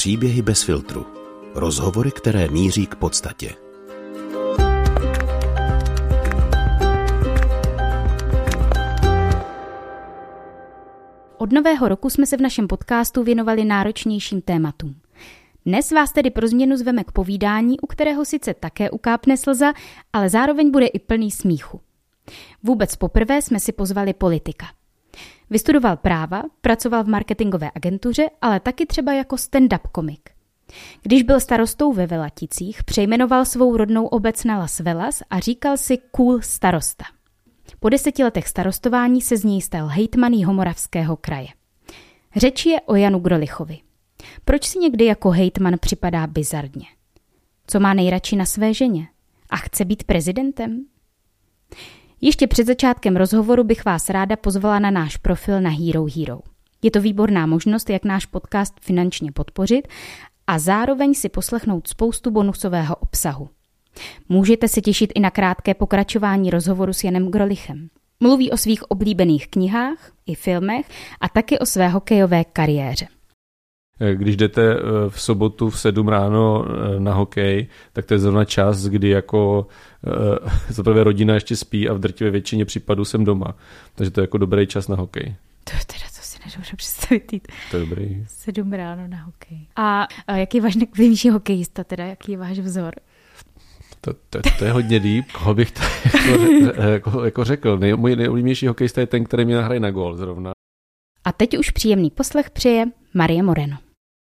Příběhy bez filtru. Rozhovory, které míří k podstatě. Od nového roku jsme se v našem podcastu věnovali náročnějším tématům. Dnes vás tedy pro změnu zveme k povídání, u kterého sice také ukápne slza, ale zároveň bude i plný smíchu. Vůbec poprvé jsme si pozvali politika. Vystudoval práva, pracoval v marketingové agentuře, ale taky třeba jako stand-up komik. Když byl starostou ve Velaticích, přejmenoval svou rodnou obec na Las Vegas a říkal si cool starosta. Po 10 letech starostování se z něj stal hejtman Jihomoravského kraje. Řeč je o Janu Grolichovi. Proč si někdy jako hejtman připadá bizarně? Co má nejradši na své ženě? A chce být prezidentem? Ještě před začátkem rozhovoru bych vás ráda pozvala na náš profil na Hero Hero. Je to výborná možnost, jak náš podcast finančně podpořit a zároveň si poslechnout spoustu bonusového obsahu. Můžete se těšit i na krátké pokračování rozhovoru s Janem Grolichem. Mluví o svých oblíbených knihách i filmech a taky o své hokejové kariéře. Když jdete v sobotu v 7 ráno na hokej, tak to je zrovna čas, kdy jako zaprvé rodina ještě spí a v drtivé většině případů jsem doma. Takže to je jako dobrý čas na hokej. To si nedovedu představit. To je dobrý. 7 ráno na hokej. A jaký je váš nejbližší hokejista teda? Jaký je váš vzor? To je hodně deep. Koho bych to jako řekl? Můj nejoblíbenější hokejista je ten, který mě nahraje na gól zrovna. A teď už příjemný poslech přeje Marie Moreno.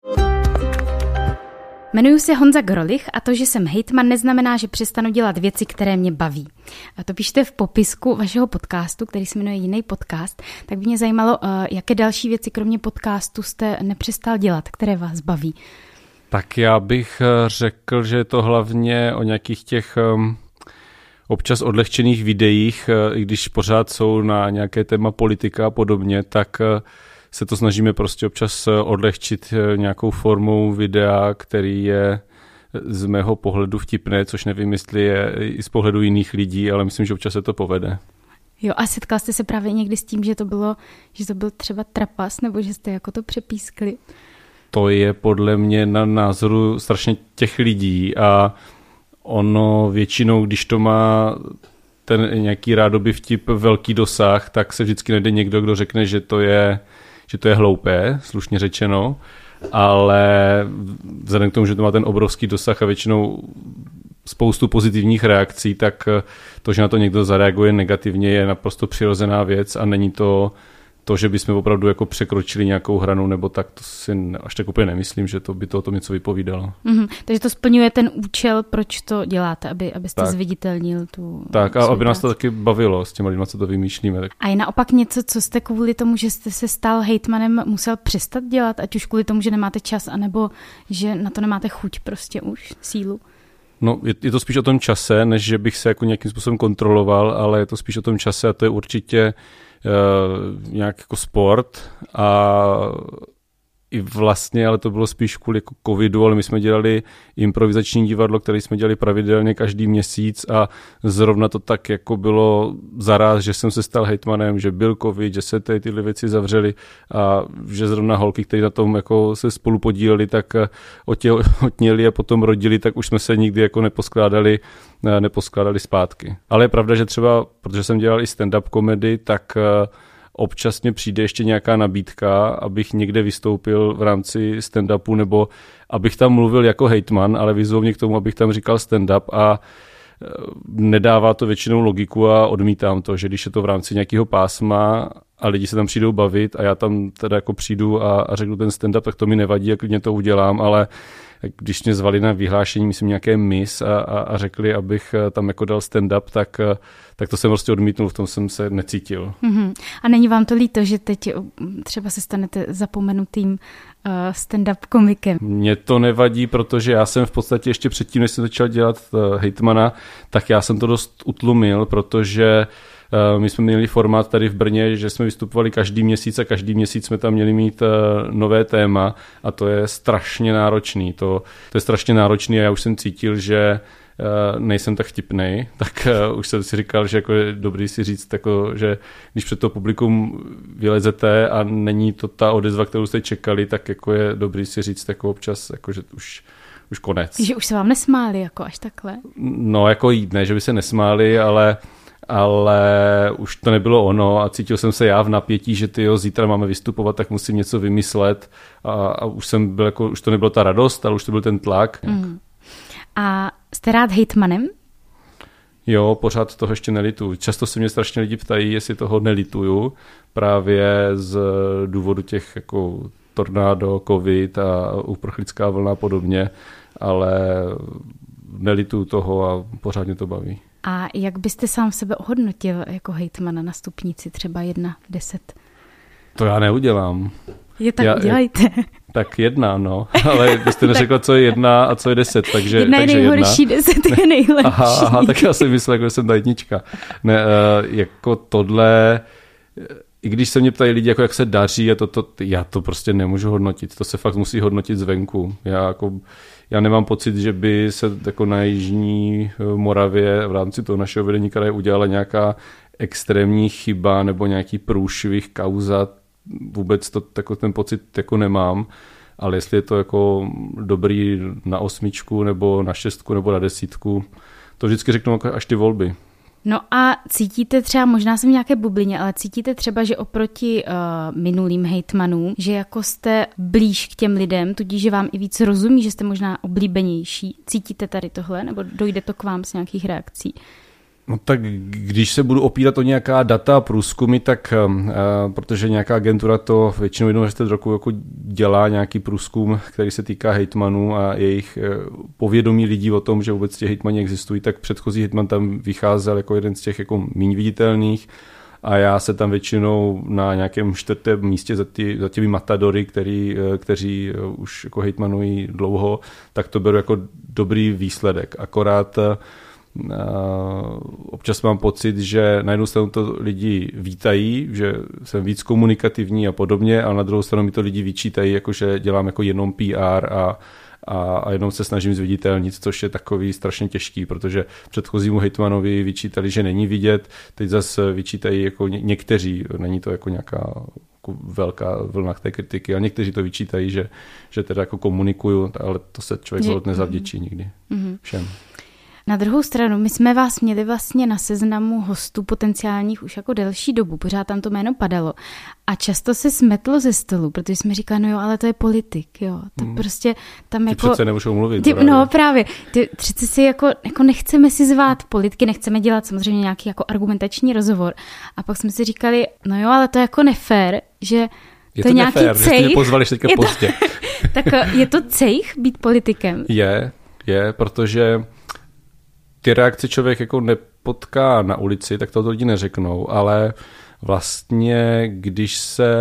Jmenuji se Honza Grolich a to, že jsem hejtman, neznamená, že přestanu dělat věci, které mě baví. A to píšte v popisku vašeho podcastu, který se jmenuje Jiný podcast, tak by mě zajímalo, jaké další věci kromě podcastu jste nepřestal dělat, které vás baví. Tak já bych řekl, že je to hlavně o nějakých těch občas odlehčených videích, i když pořád jsou na nějaké téma politika a podobně, tak se to snažíme prostě občas odlehčit nějakou formou videa, který je z mého pohledu vtipné, což nevím, jestli je i z pohledu jiných lidí, ale myslím, že občas se to povede. Jo, a setkal jste se právě někdy s tím, že to byl třeba trapas, nebo že jste jako to přepískli? To je podle mě na názoru strašně těch lidí a ono většinou, když to má ten nějaký rádoby vtip velký dosah, tak se vždycky najde někdo, kdo řekne, že to je hloupé, slušně řečeno, ale vzhledem k tomu, že to má ten obrovský dosah a většinou spoustu pozitivních reakcí, tak to, že na to někdo zareaguje negativně, je naprosto přirozená věc a není to, že bychom opravdu jako překročili nějakou hranu, nebo tak, to si až tak úplně nemyslím, že to by to o tom něco vypovídalo. Takže to splňuje ten účel, proč to děláte, abyste zviditelnil tu... Tak, a aby nás to taky bavilo s těma lidma, co to vymýšlíme. Tak. A je naopak něco, co jste kvůli tomu, že jste se stal hejtmanem, musel přestat dělat, ať už kvůli tomu, že nemáte čas, anebo že na to nemáte chuť prostě už, sílu? No, je to spíš o tom čase, než že bych se jako nějakým způsobem kontroloval, ale je to spíš o tom čase a to je určitě nějak jako sport a i vlastně, ale to bylo spíš kvůli jako covidu, ale my jsme dělali improvizační divadlo, které jsme dělali pravidelně každý měsíc a zrovna to tak jako bylo zaraz, že jsem se stal hejtmanem, že byl covid, že se tyhle věci zavřely a že zrovna holky, které na tom jako se spolu podíleli, tak otněli a potom rodili, tak už jsme se nikdy jako neposkládali zpátky. Ale je pravda, že třeba, protože jsem dělal i stand-up komedy, tak občas mě přijde ještě nějaká nabídka, abych někde vystoupil v rámci stand-upu, nebo abych tam mluvil jako hejtman, ale vyzvou mě k tomu, abych tam říkal stand-up a nedává to většinou logiku a odmítám to, že když je to v rámci nějakého pásma a lidi se tam přijdou bavit a já tam teda jako přijdu a řeknu ten stand-up, tak to mi nevadí a klidně to udělám, ale když mě zvali na vyhlášení, myslím nějaké miss a řekli, abych tam jako dal stand-up, tak to jsem prostě odmítnul, v tom jsem se necítil. A není vám to líto, že teď třeba se stanete zapomenutým stand-up komikem? Mně to nevadí, protože já jsem v podstatě ještě předtím, než jsem začal dělat hejtmana, tak já jsem to dost utlumil, protože my jsme měli formát tady v Brně, že jsme vystupovali každý měsíc a každý měsíc jsme tam měli mít nové téma a to je strašně náročný. To je strašně náročný a já už jsem cítil, že nejsem tak vtipnej, tak už jsem si říkal, že jako je dobrý si říct, jako, že když před to publikum vylezete a není to ta odezva, kterou jste čekali, tak jako je dobrý si říct jako občas, jako, že už konec. Že už se vám nesmáli, jako až takhle? No, jako ne, že by se nesmáli, ale už to nebylo ono a cítil jsem se já v napětí, že zítra máme vystupovat, tak musím něco vymyslet a už jsem byl jako, už to nebylo ta radost, ale už to byl ten tlak. A jste rád hejtmanem? Jo, pořád toho ještě nelituju. Často se mě strašně lidi ptají, jestli toho nelituju, právě z důvodu těch jako tornádo, covid a uprchlická vlna a podobně, ale nelituju toho a pořád mě to baví. A jak byste sám sebe ohodnotil jako hejtmana na stupnici třeba 1-10? To já neudělám. Udělejte. Tak 1, no. Ale vy jste neřekla, co je 1 a co je 10, takže 1 je nejhorší, 10 je nejlepší. Aha, tak já jsem myslel, že jsem ta jednička. Ne, jako tohle, i když se mě ptají lidi, jako jak se daří, a já to prostě nemůžu hodnotit. To se fakt musí hodnotit zvenku. Já nemám pocit, že by se jako na Jižní Moravě v rámci toho našeho vedení kraje udělala nějaká extrémní chyba nebo nějaký průšvih, kauza. Vůbec jako ten pocit jako nemám, ale jestli je to jako dobrý na 8 nebo na 6 nebo na 10, to vždycky řeknu až ty volby. No a cítíte třeba, možná jsem v nějaké bublině, ale cítíte třeba, že oproti minulým hejtmanům, že jako jste blíž k těm lidem, tudíž, že vám i víc rozumí, že jste možná oblíbenější. Cítíte tady tohle, nebo dojde to k vám z nějakých reakcí? No tak když se budu opírat o nějaká data a průzkumy, tak protože nějaká agentura to většinou 1 roku jako dělá nějaký průzkum, který se týká hejtmanů a jejich povědomí lidí o tom, že vůbec těch hejtmani existují, tak předchozí hejtman tam vycházel jako jeden z těch jako méně viditelných a já se tam většinou na nějakém 4. místě za těmi matadory, kteří už jako hejtmanují dlouho, tak to beru jako dobrý výsledek. Akorát občas mám pocit, že na jednu stranu to lidi vítají, že jsem víc komunikativní a podobně, a na druhou stranu mi to lidi vyčítají, jako že dělám jako jenom PR a jenom se snažím zviditelnit, což je takový strašně těžký, protože předchozímu hejtmanovi vyčítali, že není vidět, teď zase vyčítají jako někteří, není to jako nějaká jako velká vlna té kritiky, ale někteří to vyčítají, že teda jako komunikuju, ale to se člověk nezavděčí nikdy všem. Na druhou stranu, my jsme vás měli vlastně na seznamu hostů potenciálních už jako delší dobu, pořád tam to jméno padalo a často se smetlo ze stolu, protože jsme říkali, no jo, ale to je politik, jo, to prostě tam jako... Ty přece nemůžou mluvit. No právě, přece si jako nechceme si zvát politiky, nechceme dělat samozřejmě nějaký jako argumentační rozhovor a pak jsme si říkali, no jo, ale to je jako nefér, že je to je nějaký nefér, cejch. že jste mě pozvali teďka pozdě. Tak je to cejch být politikem? Je, protože ty reakce člověk jako nepotká na ulici, tak to lidi neřeknou, ale vlastně, když se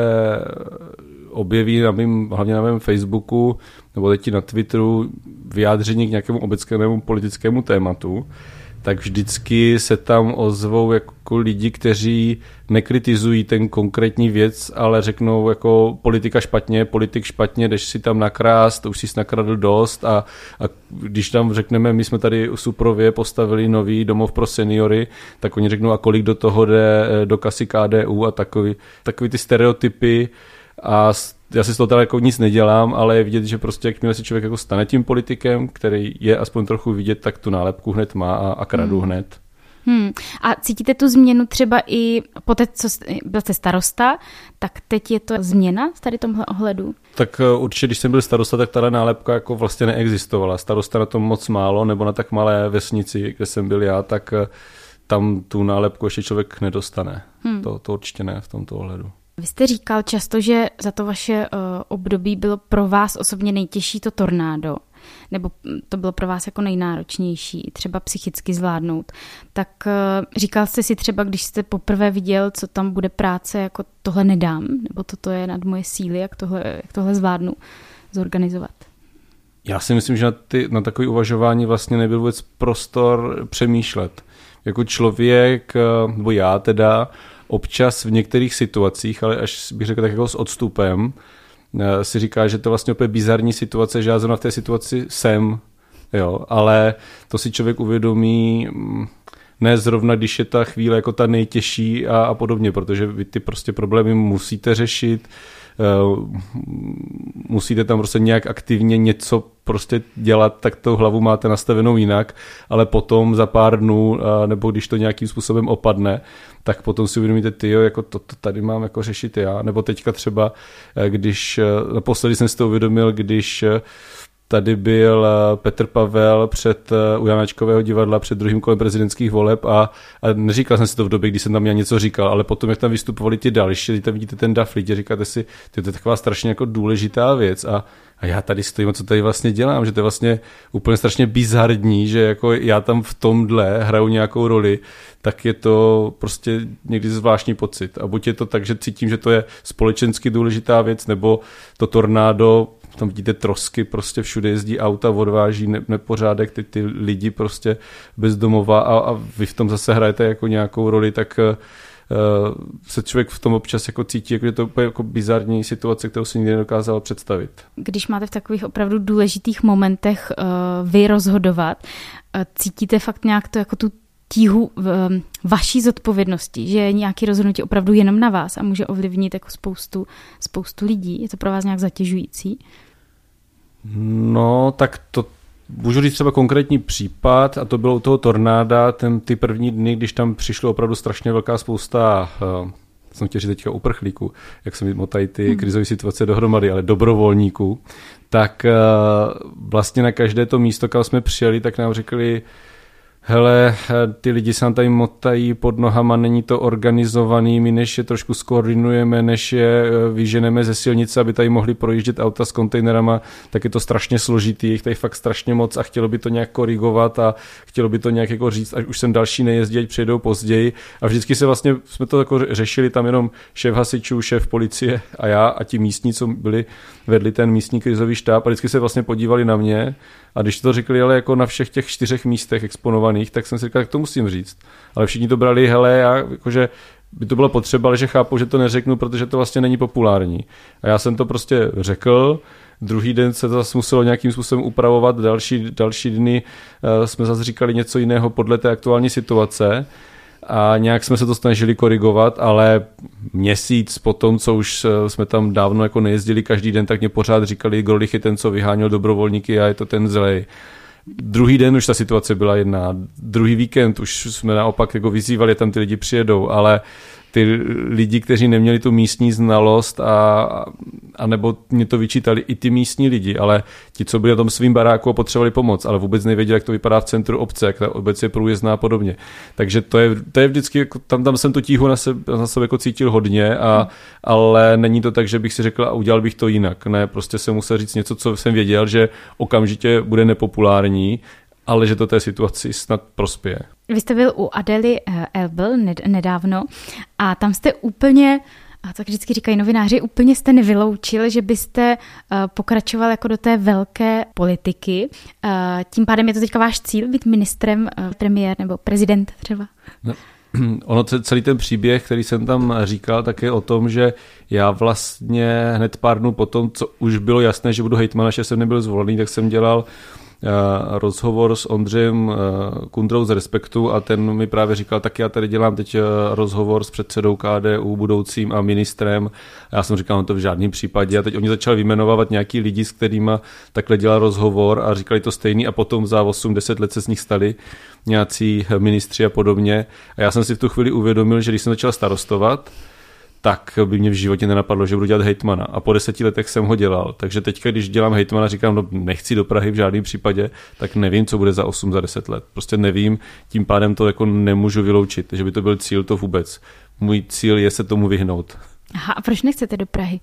objeví hlavně na mém Facebooku nebo teď na Twitteru vyjádření k nějakému obecnému politickému tématu, tak vždycky se tam ozvou jako lidi, kteří nekritizují ten konkrétní věc, ale řeknou jako politik špatně, jdeš si tam nakrást, už jsi nakradl dost a když tam řekneme, my jsme tady u Suprově postavili nový domov pro seniory, tak oni řeknou, a kolik do toho jde do kasy KDU a takový ty stereotypy a já si z toho teda jako nic nedělám, ale je vidět, že prostě jakmile se člověk jako stane tím politikem, který je aspoň trochu vidět, tak tu nálepku hned má a kradu hned. A cítíte tu změnu třeba i po té, co byl jste starosta, tak teď je to změna v tady tomhle ohledu? Tak určitě, když jsem byl starosta, tak tahle nálepka jako vlastně neexistovala. Starosta na tom moc málo, nebo na tak malé vesnici, kde jsem byl já, tak tam tu nálepku ještě člověk nedostane. To určitě ne v tomto ohledu. Vy jste říkal často, že za to vaše období bylo pro vás osobně nejtěžší to tornádo, nebo to bylo pro vás jako nejnáročnější, třeba psychicky zvládnout. Tak říkal jste si třeba, když jste poprvé viděl, co tam bude práce, jako tohle nedám, nebo toto je nad moje síly, jak tohle zvládnu zorganizovat? Já si myslím, že na takové uvažování vlastně nebyl vůbec prostor přemýšlet. Jako člověk, nebo já teda, občas v některých situacích, ale až bych řekl tak jako s odstupem, si říká, že to vlastně opět bizarní situace, že já zrovna v té situaci jsem, jo, ale to si člověk uvědomí ne zrovna, když je ta chvíle jako ta nejtěžší a podobně, protože vy ty prostě problémy musíte řešit, musíte tam prostě nějak aktivně něco prostě dělat, tak tu hlavu máte nastavenou jinak, ale potom za pár dnů, nebo když to nějakým způsobem opadne, tak potom si uvědomíte, tyjo, jako to tady mám jako řešit já, nebo teďka třeba, když naposledy jsem si to uvědomil, když tady byl Petr Pavel u Janáčkového divadla před druhým kolem prezidentských voleb a neříkal jsem si to v době, kdy jsem tam měl něco říkal, ale potom, jak tam vystupovali ti další, tam vidíte ten dav lidí, říkáte si, to je taková strašně jako důležitá věc a já tady stojím a co tady vlastně dělám, že to je vlastně úplně strašně bizarní, že jako já tam v tomhle hraju nějakou roli, tak je to prostě někdy zvláštní pocit. A buď je to tak, že cítím, že to je společensky důležitá věc, nebo to tornádo, tam vidíte trosky, prostě všude jezdí auta, odváží nepořádek, ty lidi prostě bez domova a vy v tom zase hrajete jako nějakou roli, tak se člověk v tom občas jako cítí, jako, že to je úplně jako bizarní situace, kterou si nikdy nedokázal představit. Když máte v takových opravdu důležitých momentech vy rozhodovat, cítíte fakt nějak to jako tu tíhu vaší zodpovědnosti, že je nějaký rozhodnutí opravdu jenom na vás a může ovlivnit jako spoustu lidí. Je to pro vás nějak zatěžující? No, tak to můžu říct třeba konkrétní případ a to bylo u toho tornáda, ty první dny, když tam přišlo opravdu strašně velká spousta, jsem chtěl říct teďka uprchlíků, jak se mi motají ty krizové situace dohromady, ale dobrovolníků, tak vlastně na každé to místo, kam jsme přijeli, tak nám řekli, hele, ty lidi se nám tady motají pod nohama, není to organizovaný, my než je trošku skoordinujeme, než je vyženeme ze silnice, aby tady mohli projíždět auta s kontejnerama, tak je to strašně složitý, jich tady fakt strašně moc a chtělo by to nějak korigovat a chtělo by to nějak jako říct, až už sem další nejezdí, ať přijedou později a vždycky se vlastně, jsme to jako řešili tam jenom šéf hasičů, šéf policie a já a ti místní, co vedli ten místní krizový štáb a vždycky se vlastně podívali na mě a když to řekli, ale jako na všech těch 4 místech exponovaných, tak jsem si říkal, tak to musím říct. Ale všichni to brali, hele, já jakože by to bylo potřeba, ale že chápu, že to neřeknu, protože to vlastně není populární. A já jsem to prostě řekl, druhý den se to zase muselo nějakým způsobem upravovat, další dny jsme zase říkali něco jiného podle té aktuální situace a nějak jsme se to snažili korigovat, ale měsíc potom, co už jsme tam dávno jako nejezdili každý den, tak mě pořád říkali, Grolich je ten, co vyháněl dobrovolníky a je to ten zlej. Druhý den už ta situace byla jiná, druhý víkend už jsme naopak jako vyzývali, tam ty lidi přijedou, ale ty lidi, kteří neměli tu místní znalost a nebo mě to vyčítali i ty místní lidi, ale ti, co byli na tom svým baráku a potřebovali pomoc, ale vůbec nevěděli, jak to vypadá v centru obce, jak ta obec je průjezdná a podobně. Takže to je vždycky, jako, tam jsem tu tíhu na sebe jako cítil hodně, ale není to tak, že bych si řekl a udělal bych to jinak. Ne, prostě jsem musel říct něco, co jsem věděl, že okamžitě bude nepopulární, ale že to té situaci snad prospěje. Vy jste byl u Adély Elbl nedávno a tam jste úplně, a tak vždycky říkají novináři, úplně jste nevyloučil, že byste pokračoval jako do té velké politiky. Tím pádem je to teďka váš cíl být ministrem, premiér nebo prezident třeba? No. Ono celý ten příběh, který jsem tam říkal, tak je o tom, že já vlastně hned pár dnů potom, co už bylo jasné, že budu hejtman, že jsem nebyl zvolený, tak jsem dělal rozhovor s Ondřejem Kundrou z Respektu a ten mi právě říkal, tak já tady dělám teď rozhovor s předsedou KDU budoucím a ministrem. A já jsem říkal, no to v žádném případě. A teď oni začali vyjmenovávat nějaký lidi, s kterými takhle dělal rozhovor a říkali to stejný a potom za 8-10 let se z nich stali nějací ministři a podobně. A já jsem si v tu chvíli uvědomil, že když jsem začal starostovat, tak by mě v životě nenapadlo, že budu dělat hejtmana. A po 10 letech jsem ho dělal. Takže teďka, když dělám hejtmana, říkám, no nechci do Prahy v žádném případě, tak nevím, co bude za 8, za 10 let. Prostě nevím, tím pádem to jako nemůžu vyloučit, že by to byl cíl, to vůbec. Můj cíl je se tomu vyhnout. Aha, a proč nechcete do Prahy?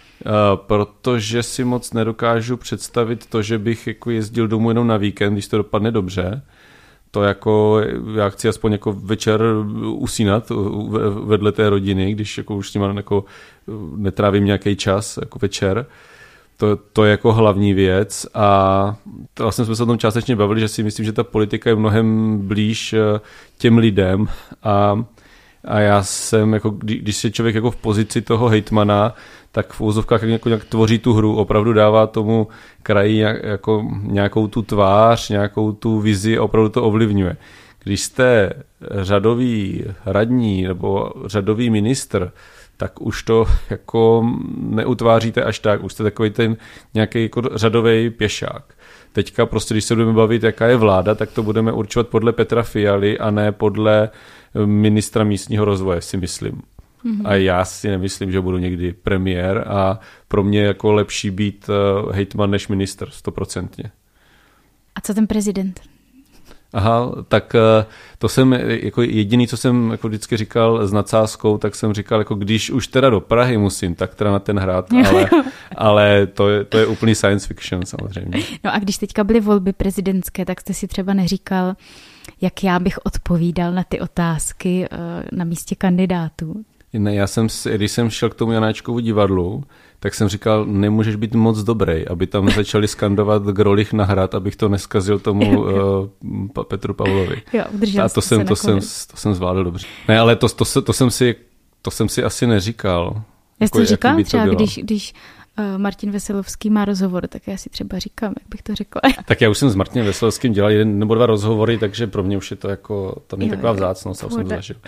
Protože si moc nedokážu představit to, že bych jako jezdil domů jenom na víkend, když to dopadne dobře. To jako, já chci aspoň jako večer usínat vedle té rodiny, když jako už s nima jako netrávím nějaký čas jako večer. To je jako hlavní věc a to vlastně jsme se o tom částečně bavili, že si myslím, že ta politika je mnohem blíž těm lidem a A já jsem, jako, když je člověk jako v pozici toho hejtmana, tak v úvozovkách nějak tvoří tu hru, opravdu dává tomu kraji jako nějakou tu tvář, nějakou tu vizi a opravdu to ovlivňuje. Když jste řadový radní nebo řadový ministr, tak už to jako neutváříte až tak, už jste takový ten nějaký jako řadový pěšák. Teďka prostě, když se budeme bavit, jaká je vláda, tak to budeme určovat podle Petra Fialy a ne podle ministra místního rozvoje, si myslím. A já si nemyslím, že budu někdy premiér a pro mě jako lepší být hejtman než minister, 100%. A co ten prezident? Aha, tak to jsem jako jediný, co jsem jako vždycky říkal s nadsázkou, tak jsem říkal, jako když už teda do Prahy musím, tak teda na ten hrad, ale to je úplný science fiction samozřejmě. No a když teďka byly volby prezidentské, tak jste si třeba neříkal, jak já bych odpovídal na ty otázky na místě kandidátů? Ne, když jsem šel k tomu Janáčkovu divadlu, tak jsem říkal, nemůžeš být moc dobrý, aby tam začali skandovat Grolich na hrad, abych to neskazil tomu Petru Pavlovi. Jo, a to jsem zvládl dobře. Ne, ale to jsem si asi neříkal. Já jsem to říkal třeba, když Martin Veselovský má rozhovor, tak já si třeba říkám, jak bych to řekla. Tak já už jsem s Martinem Veselovským dělal 1 nebo 2 rozhovory, takže pro mě už je to jako, tam je taková vzácnost, a už jsem to zažil.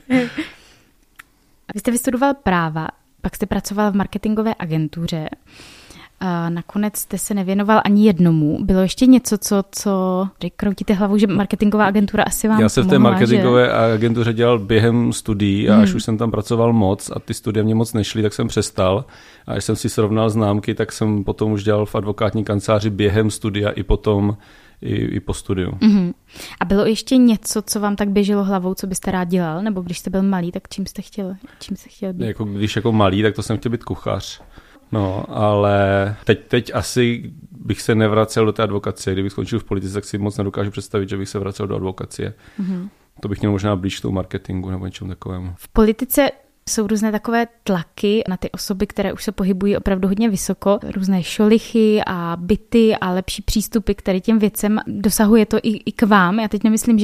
Vy jste vystudoval práva, pak jste pracoval v marketingové agentuře. Nakonec jste se nevěnoval ani jednomu. Bylo ještě něco, co kroutíte hlavou, že marketingová agentura asi vám Já jsem v té marketingové agentuře dělal během studií a až už jsem tam pracoval moc a ty studia mě moc nešly, tak jsem přestal. A až jsem si srovnal známky, tak jsem potom už dělal v advokátní kanceláři během studia i potom i po studiu. Uh-huh. A bylo ještě něco, co vám tak běželo hlavou, co byste rád dělal? Nebo když jste byl malý, tak čím jste chtěl být? Jako, když jako malý, tak to jsem chtěl být kuchař. No, ale teď asi bych se nevracel do té advokacie. Kdybych skončil v politice, tak si moc nedokážu představit, že bych se vracel do advokacie. Uh-huh. To bych měl možná blíž k tomu marketingu nebo něčemu takovému. V politice jsou různé takové tlaky na ty osoby, které už se pohybují opravdu hodně vysoko. Různé šolichy a byty a lepší přístupy k tady těm věcem. Dosahuje to i k vám. Já teď nemyslím,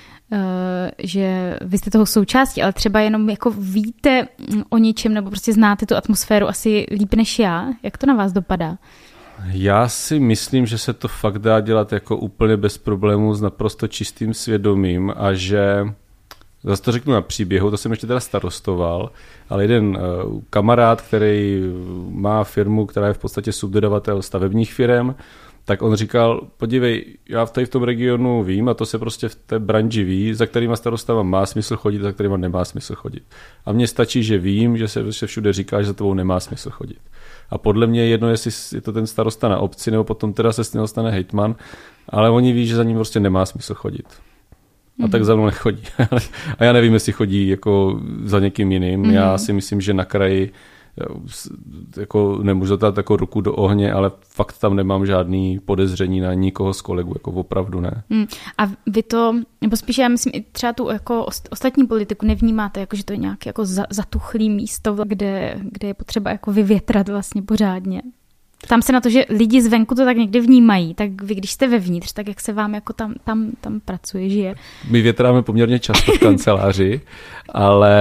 že vy jste toho součástí, ale třeba jenom jako víte o něčem nebo prostě znáte tu atmosféru asi líp než já. Jak to na vás dopadá? Já si myslím, že se to fakt dá dělat jako úplně bez problémů s naprosto čistým svědomím a že zase to řeknu na příběhu, to jsem ještě teda starostoval, ale jeden kamarád, který má firmu, která je v podstatě subdodavatel stavebních firem, tak on říkal, podívej, já tady v tom regionu vím a to se prostě v té branži ví, za kterýma starostama má smysl chodit, za kterýma nemá smysl chodit. A mně stačí, že vím, že se všude říká, že za tebou nemá smysl chodit. A podle mě jedno, jestli je to ten starosta na obci, nebo potom teda se s ním stane hejtman, ale oni ví, že za ním prostě nemá smysl chodit. A tak za mnou nechodí. A já nevím, jestli chodí jako za někým jiným. Já si myslím, že na kraji jako nemůžu dát jako ruku do ohně, ale fakt tam nemám žádný podezření na nikoho z kolegů, jako opravdu ne. A vy to, nebo spíš já myslím i třeba tu jako ostatní politiku nevnímáte, jako že to je nějaké jako zatuchlý místo, kde je potřeba jako vyvětrat vlastně pořádně. Tam se na to, že lidi zvenku to tak někdy vnímají, tak vy, když jste vevnitř, tak jak se vám jako tam pracuje, žije? My větráme poměrně často v kanceláři, ale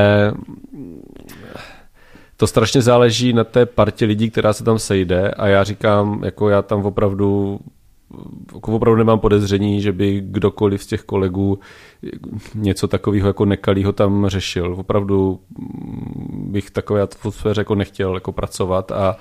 to strašně záleží na té partě lidí, která se tam sejde a já říkám, jako já tam opravdu nemám podezření, že by kdokoliv z těch kolegů něco takového jako nekalýho tam řešil. Opravdu bych takové atmosféře jako nechtěl jako pracovat a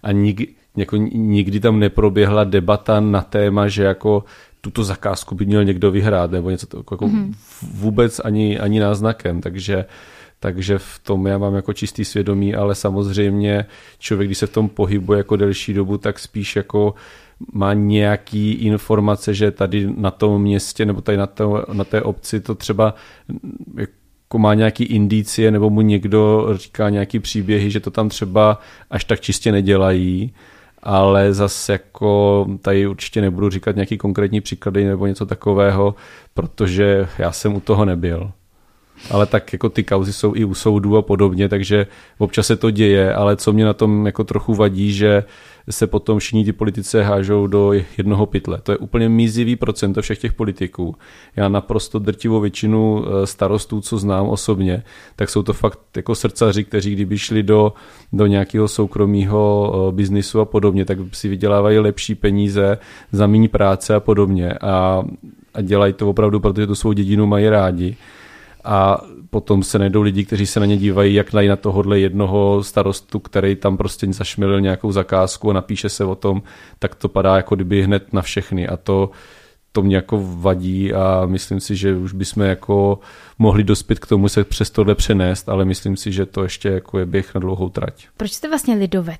nikdy tam neproběhla debata na téma, že jako tuto zakázku by měl někdo vyhrát nebo něco jako vůbec ani náznakem, takže v tom já mám jako čistý svědomí, ale samozřejmě člověk, když se v tom pohybuje jako delší dobu, tak spíš jako má nějaký informace, že tady na tom městě nebo tady na té obci to třeba jako má nějaký indicie nebo mu někdo říká nějaký příběhy, že to tam třeba až tak čistě nedělají, ale zase jako tady určitě nebudu říkat nějaký konkrétní příklady nebo něco takového, protože já jsem u toho nebyl. Ale tak jako ty kauzy jsou i u soudů a podobně, takže občas se to děje, ale co mě na tom jako trochu vadí, že se potom všichni ty politici hážou do jednoho pytle. To je úplně mizivý procento všech těch politiků. Já naprosto drtivou většinu starostů, co znám osobně, tak jsou to fakt jako srdcaři, kteří kdyby šli do nějakého soukromého biznisu a podobně, tak si vydělávají lepší peníze, za méně práce a podobně a dělají to opravdu, protože tu svou dědinu mají rádi. A potom se najdou lidi, kteří se na ně dívají, jak dají na tohohle jednoho starostu, který tam prostě zašmilil nějakou zakázku a napíše se o tom, tak to padá jako kdyby hned na všechny a to mě jako vadí a myslím si, že už bychom jako mohli dospět k tomu se přes tohle přenést, ale myslím si, že to ještě jako je běh na dlouhou trať. Proč jste vlastně lidovec?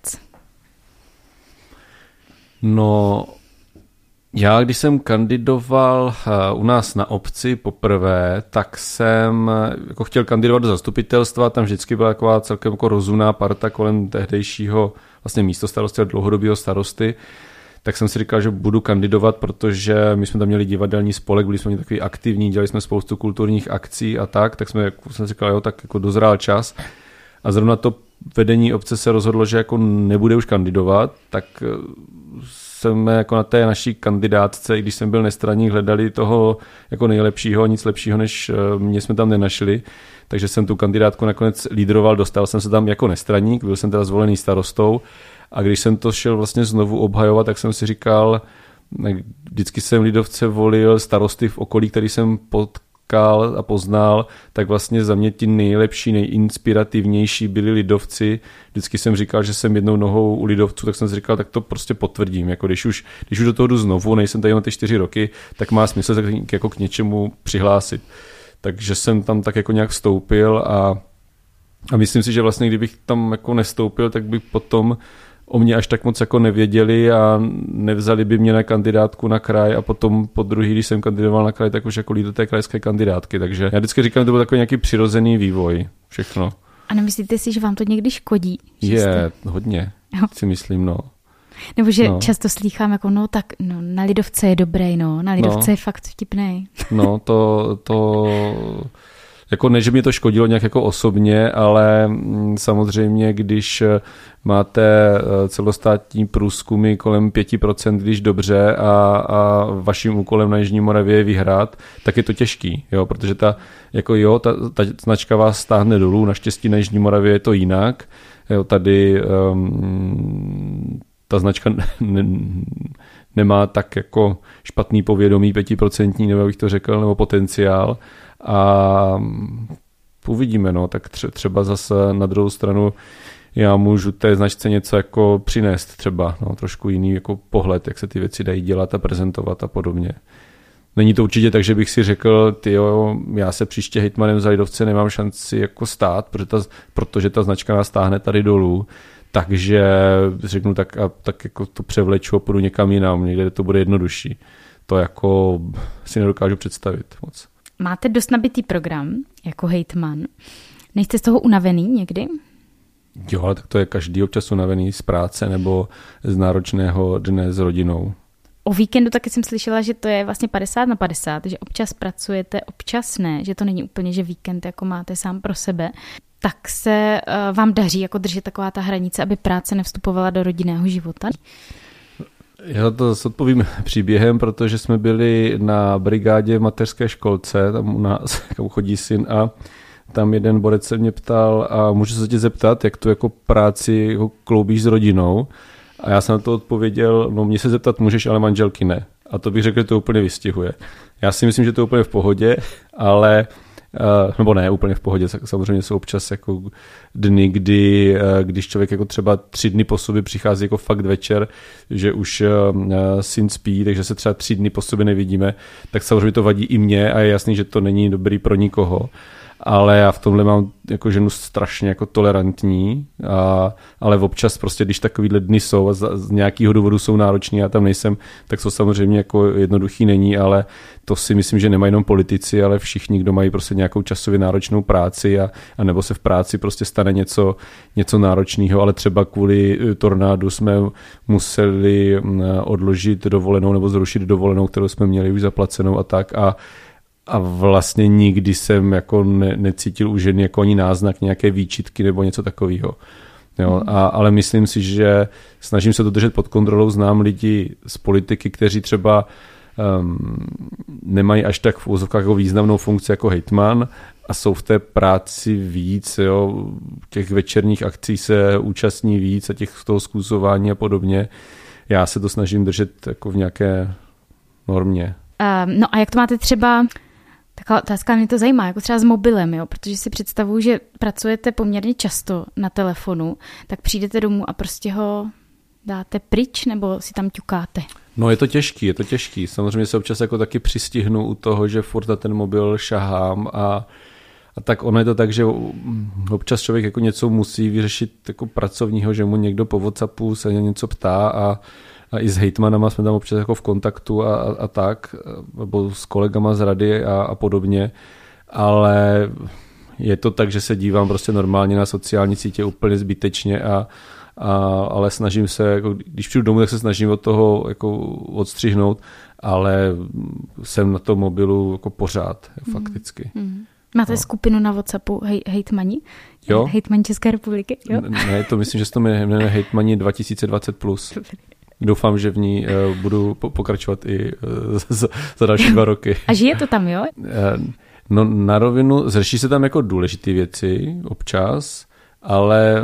No, já když jsem kandidoval u nás na obci poprvé, tak jsem jako chtěl kandidovat do zastupitelstva, tam vždycky byla taková celkem jako rozumná parta kolem tehdejšího vlastně místostarosty a dlouhodobého starosty, tak jsem si říkal, že budu kandidovat, protože my jsme tam měli divadelní spolek, byli jsme takový aktivní, dělali jsme spoustu kulturních akcí a tak jsem si říkal, jo, tak jako dozrál čas a zrovna to vedení obce se rozhodlo, že jako nebude už kandidovat, tak jsme jako na té naší kandidátce, i když jsem byl nestraník, hledali toho jako nejlepšího, nic lepšího než mě jsme tam nenašli, takže jsem tu kandidátku nakonec lídroval, dostal jsem se tam jako nestraník, byl jsem teda zvolený starostou a když jsem to šel vlastně znovu obhajovat, tak jsem si říkal, vždycky jsem lidovce volil starosty v okolí, který jsem potkal a poznal, tak vlastně za mě ti nejlepší, nejinspirativnější byli lidovci. Vždycky jsem říkal, že jsem jednou nohou u lidovců, tak jsem si říkal, tak to prostě potvrdím. Jako když už do toho jdu znovu, nejsem tady na ty 4 roky, tak má smysl se jako k něčemu přihlásit. Takže jsem tam tak jako nějak vstoupil a myslím si, že vlastně kdybych tam jako nestoupil, tak by potom o mě až tak moc jako nevěděli a nevzali by mě na kandidátku na kraj a potom po druhý, když jsem kandidoval na kraj, tak už jako lídr té krajské kandidátky. Takže já vždycky říkám, že to byl takový nějaký přirozený vývoj, všechno. A nemyslíte si, že vám to někdy škodí? Hodně, si myslím, no. Nebo že často slýchám jako, na lidovce je dobrý, na lidovce je fakt vtipnej. No, to jako ne, že mě to škodilo nějak jako osobně, ale samozřejmě, když máte celostátní průzkumy kolem 5%, když dobře a vaším úkolem na Jižní Moravě je vyhrát, tak je to těžký, jo, protože ta značka vás stáhne dolů, naštěstí na Jižní Moravě je to jinak, jo, tady ta značka nemá tak jako špatný povědomí 5%, nebo bych to řekl, nebo potenciál. A uvidíme, tak třeba zase na druhou stranu já můžu té značce něco jako přinést třeba, trošku jiný jako pohled, jak se ty věci dají dělat a prezentovat a podobně. Není to určitě tak, že bych si řekl, já se příště hejtmanem za lidovce nemám šanci jako stát, protože ta značka nás stáhne tady dolů, takže řeknu tak jako to převleču a půjdu někam jinam, někde to bude jednodušší. To jako si nedokážu představit moc. Máte dost nabitý program jako hejtman. Nejste z toho unavený někdy? Jo, ale tak to je každý občas unavený z práce nebo z náročného dne s rodinou. O víkendu taky jsem slyšela, že to je vlastně 50/50, že občas pracujete, občas ne, že to není úplně, že víkend jako máte sám pro sebe. Tak se vám daří jako držet taková ta hranice, aby práce nevstupovala do rodinného života? Já to odpovím příběhem, protože jsme byli na brigádě v mateřské školce, tam u nás kam chodí syn a tam jeden borec se mě ptal a můžu se tě zeptat, jak tu jako práci jako kloubíš s rodinou a já jsem na to odpověděl, mě se zeptat můžeš, ale manželky ne. A to bych řekl, že to úplně vystihuje. Já si myslím, že to je úplně v pohodě, ale nebo ne úplně v pohodě, samozřejmě jsou občas jako dny, když člověk jako třeba 3 dny po sobě přichází jako fakt večer, že už syn spí, takže se třeba 3 dny po sobě nevidíme, tak samozřejmě to vadí i mně a je jasný, že to není dobrý pro nikoho. Ale já v tomhle mám jako ženu strašně jako tolerantní, ale občas prostě, když takovýhle dny jsou a z nějakého důvodu jsou nároční, já tam nejsem, tak to samozřejmě jako jednoduchý není, ale to si myslím, že nemají jenom politici, ale všichni, kdo mají prostě nějakou časově náročnou práci a nebo se v práci prostě stane něco náročného, ale třeba kvůli tornádu jsme museli odložit dovolenou nebo zrušit dovolenou, kterou jsme měli už zaplacenou a tak a vlastně nikdy jsem jako necítil u ženy jako ani náznak nějaké výčitky nebo něco takového. Jo, ale myslím si, že snažím se to držet pod kontrolou, znám lidi z politiky, kteří třeba nemají až tak v úzovkách jako významnou funkci jako hejtman a jsou v té práci víc, jo, těch večerních akcí se účastní víc a toho zkusování a podobně. Já se to snažím držet jako v nějaké normě. No a jak to máte třeba, taková otázka, mě to zajímá, jako třeba s mobilem, jo? Protože si představuju, že pracujete poměrně často na telefonu, tak přijdete domů a prostě ho dáte pryč nebo si tam ťukáte? No je to těžký. Samozřejmě se občas jako taky přistihnu u toho, že furt na ten mobil šahám a tak ono je to tak, že občas člověk jako něco musí vyřešit jako pracovního, že mu někdo po WhatsAppu se něco ptá a i s hejtmanama jsme tam občas jako v kontaktu a tak, nebo s kolegama z rady a podobně, ale je to tak, že se dívám prostě normálně na sociální sítě úplně zbytečně ale snažím se, jako, když přijdu domů, tak se snažím od toho jako odstřihnout, ale jsem na tom mobilu jako pořád, fakticky. Máte skupinu na WhatsAppu hejtmani? Jo. Hejtmani České republiky? Jo? Ne, to myslím, že se to jmenuje Hejtmani 2020+. Doufám, že v ní budu pokračovat i za další 2 roky. A žije to tam, jo? No na rovinu, řeší se tam jako důležité věci občas, ale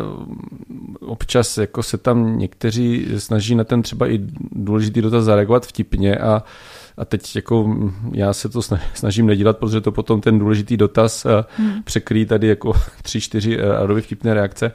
občas jako se tam někteří snaží na ten třeba i důležitý dotaz zareagovat vtipně a teď jako já se to snažím nedělat, protože to potom ten důležitý dotaz překrýjí tady jako 3-4 radově vtipné reakce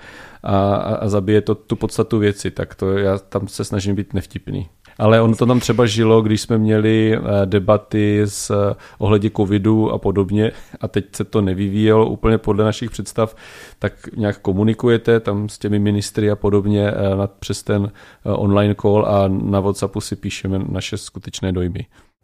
a zabije to tu podstatu věci, tak to já tam se snažím být nevtipný. Ale ono to tam třeba žilo, když jsme měli debaty ohledně covidu a podobně a teď se to nevyvíjelo úplně podle našich představ, tak nějak komunikujete tam s těmi ministry a podobně přes ten online call a na WhatsAppu si píšeme naše skutečné dojmy.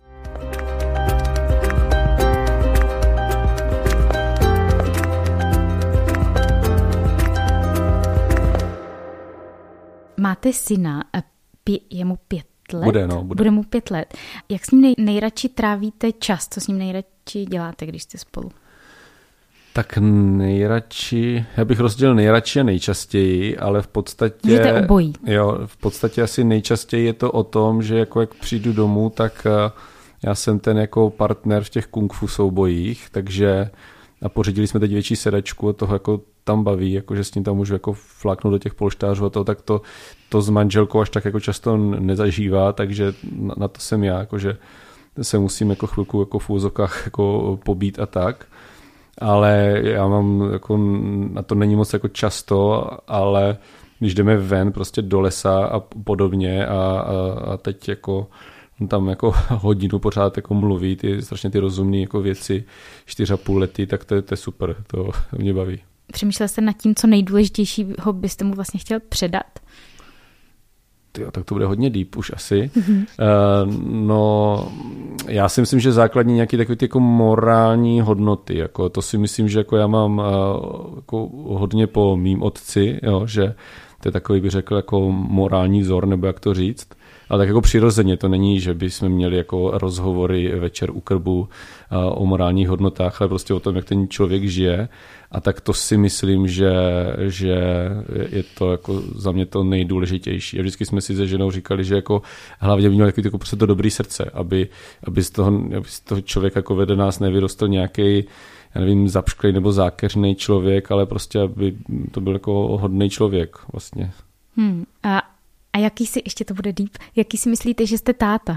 Máte syna, je mu 5 let? Bude mu 5 let. Jak s ním nejradši trávíte čas? Co s ním nejradši děláte, když jste spolu? Tak nejradši, já bych rozdělil nejradši a nejčastěji, ale v podstatě... Můžete obojí. Jo, v podstatě asi nejčastěji je to o tom, že jako jak přijdu domů, tak já jsem ten jako partner v těch kung fu soubojích, takže a pořídili jsme teď větší sedačku a toho jako tam baví, jako že s ním tam můžu jako fláknout do těch polštářů a to, tak to s manželkou až tak jako často nezažívá, takže na to jsem já, jako že se musím jako chvilku jako v úzokách jako pobít a tak. Ale já mám, jako, na to není moc jako často, ale když jdeme ven prostě do lesa a podobně a teď jako tam jako hodinu pořád jako mluví strašně ty rozumné jako věci 4,5 lety, tak to je super, to mě baví. Přemýšlel jste nad tím, co nejdůležitějšího byste mu vlastně chtěl předat? Jo, tak to bude hodně deep už asi. No, já si myslím, že základní nějaké takové ty jako morální hodnoty, jako to si myslím, že jako já mám jako hodně po mým otci, jo, že to je takový, bych řekl, jako morální vzor, nebo jak to říct. Ale tak jako přirozeně, to není, že bychom měli jako rozhovory večer u krbu o morálních hodnotách, ale prostě o tom, jak ten člověk žije. A tak to si myslím, že je to jako za mě to nejdůležitější. A vždycky jsme si se ženou říkali, že jako hlavně by měl jako prostě to dobrý srdce, aby z toho člověka jako vede nás nevyrostl nějaký, já nevím, zapšklej nebo zákeřný člověk, ale prostě aby to byl jako hodný člověk vlastně. A jaký si, ještě to bude deep, jaký si myslíte, že jste táta?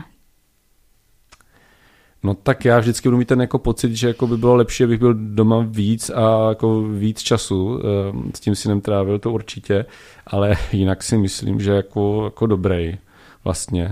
No tak já vždycky budu mít ten jako pocit, že jako by bylo lepší, abych byl doma víc a jako víc času s tím synem trávil, to určitě, ale jinak si myslím, že jako dobrý vlastně.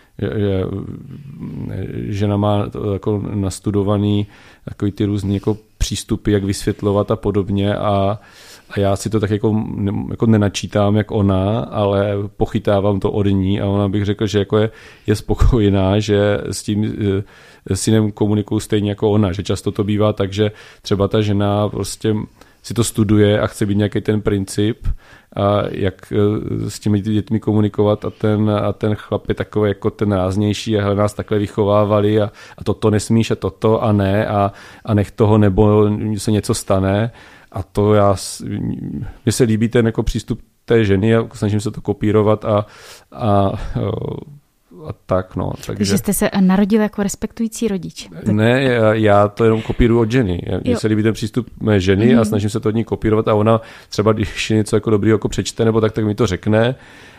Žena má jako nastudovaný takový ty různý jako přístupy, jak vysvětlovat a podobně a já si to tak jako nenačítám jak ona, ale pochytávám to od ní a ona bych řekl, že jako je spokojená, že s tím synem komunikuju stejně jako ona, že často to bývá tak, že třeba ta žena prostě si to studuje a chce být nějaký ten princip a jak s těmi dětmi komunikovat a ten chlap je takový jako ten ráznější a nás takhle vychovávali a toto nesmíš a toto a ne a nech toho nebo se něco stane a to mně se líbí ten jako přístup té ženy a snažím se to kopírovat a tak, no. Takže jste se narodil jako respektující rodič. Ne, já to jenom kopíruju od ženy. Mně se líbí ten přístup mé ženy a snažím se to od ní kopírovat a ona třeba, když něco jako dobrýho jako přečte nebo tak mi to řekne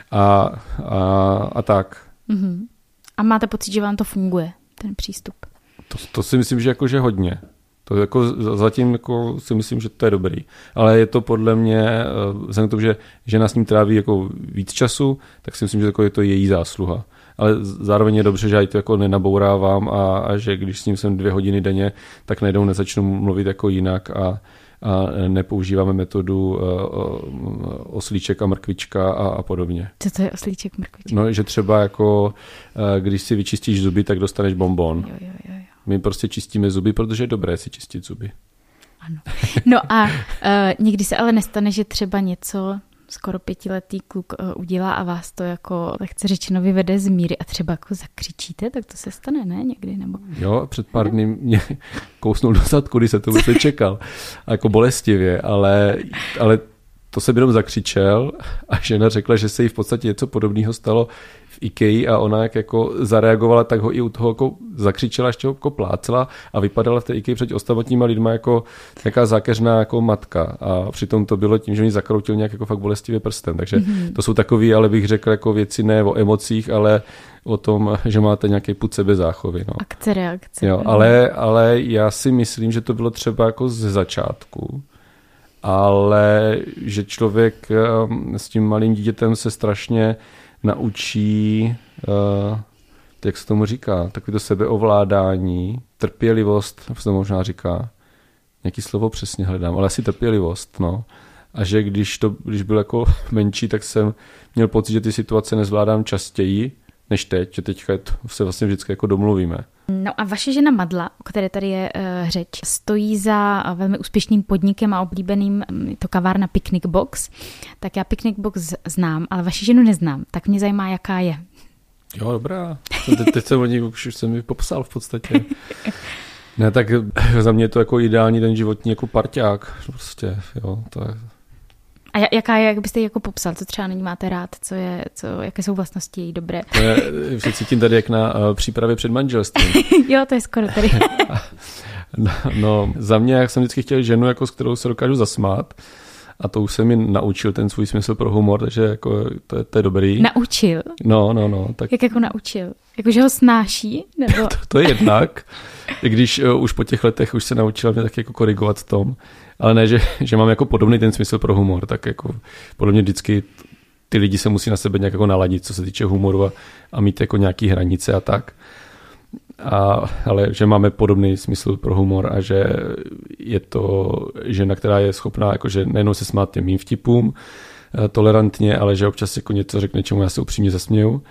a tak. A máte pocit, že vám to funguje, ten přístup? To si myslím, že jakože hodně. To jako zatím jako si myslím, že to je dobrý. Ale je to podle mě, vzhledem k tomu, že žena s ním tráví jako víc času, tak si myslím, že jako je to její zásluha. Ale zároveň je dobře, že já to jako nenabourávám a že když s ním jsem 2 hodiny denně, tak najednou nezačnu mluvit jako jinak a nepoužíváme metodu oslíček a mrkvička a podobně. Co to je oslíček, mrkvička? No, že třeba jako když si vyčistíš zuby, tak dostaneš bonbon. Jo. My prostě čistíme zuby, protože je dobré si čistit zuby. Ano. No a nikdy se ale nestane, že třeba něco skoro 5letý kluk udělá a vás to jako, lehce řečeno, vyvede z míry a třeba jako zakřičíte, tak to se stane, ne? Někdy, nebo? Jo, před pár dny mě kousnul do zadku, když se to vůbec nečekal. A jako bolestivě, ale to jsem jenom zakřičel a žena řekla, že se jí v podstatě něco podobného stalo v IKEA a ona jak jako zareagovala, tak ho i u toho jako zakřičela, ještě ho jako plácela a vypadala v té IKEA před ostatníma lidma jako nějaká zákeřná jako matka a přitom to bylo tím, že mi zakroutil nějak jako fakt bolestivě prstem, takže to jsou takový, ale bych řekl jako věci ne o emocích, ale o tom, že máte nějaký pud sebezáchovy. No. Akce, reakce. Jo, ale já si myslím, že to bylo třeba jako ze začátku, ale že člověk s tím malým dítětem se strašně naučí, jak se tomu říká, takové to sebeovládání, trpělivost, se to možná říká, nějaký slovo přesně hledám, ale asi trpělivost, no. A že když byl jako menší, tak jsem měl pocit, že ty situace nezvládám častěji než teď, že teďka se vlastně vždycky jako domluvíme. No a vaše žena Madla, o které tady je řeč, stojí za velmi úspěšným podnikem a oblíbeným, to kavárna Picnic Box. Tak já Picnic Box znám, ale vaši ženu neznám. Tak mě zajímá, jaká je. Jo, dobrá. Teď jsem o ní už jsem mi popsal v podstatě. Ne, tak za mě je to jako ideální ten životní jako parťák. Prostě, jo, to je... A jaká je, jak byste ji jako popsal, co třeba není máte rád, jaké jsou vlastnosti její dobré? Už se cítím tady jak na přípravě před manželstvím. Jo, to je skoro tady. No, za mě, jak jsem vždycky chtěl ženu, jako s kterou se dokážu zasmát, a to už jsem mi naučil ten svůj smysl pro humor, takže jako to je dobrý. Naučil? No. Tak... Jak jako naučil? Jako, že ho snáší? Nebo... to je jednak, i když už po těch letech už se naučila mě tak jako korigovat v tom, ale ne, že mám jako podobný ten smysl pro humor, tak jako podobně vždycky ty lidi se musí na sebe nějak jako naladit, co se týče humoru a mít jako nějaký hranice a tak. Ale že máme podobný smysl pro humor a že je to žena, která je schopná jakože nejenom se smát těm mým vtipům tolerantně, ale že občas jako něco řekne, čemu já se upřímně zasměju.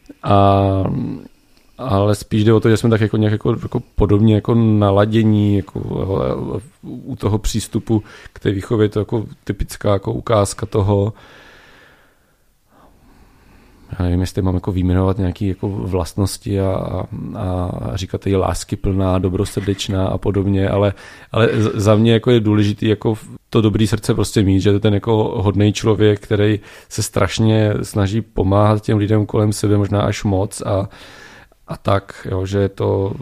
Ale spíš jde o to, že jsme tak jako nějak jako podobně jako naladění jako u toho přístupu k té výchově, to jako typická jako ukázka toho. Já nevím, jestli mám jako vyjmenovat nějaké jako vlastnosti a říkat je láskyplná, dobrosrdečná a podobně, ale za mě jako je důležitý jako to dobrý srdce prostě mít, že to je ten jako hodnej člověk, který se strašně snaží pomáhat těm lidem kolem sebe, možná až moc a tak, jo, že je to...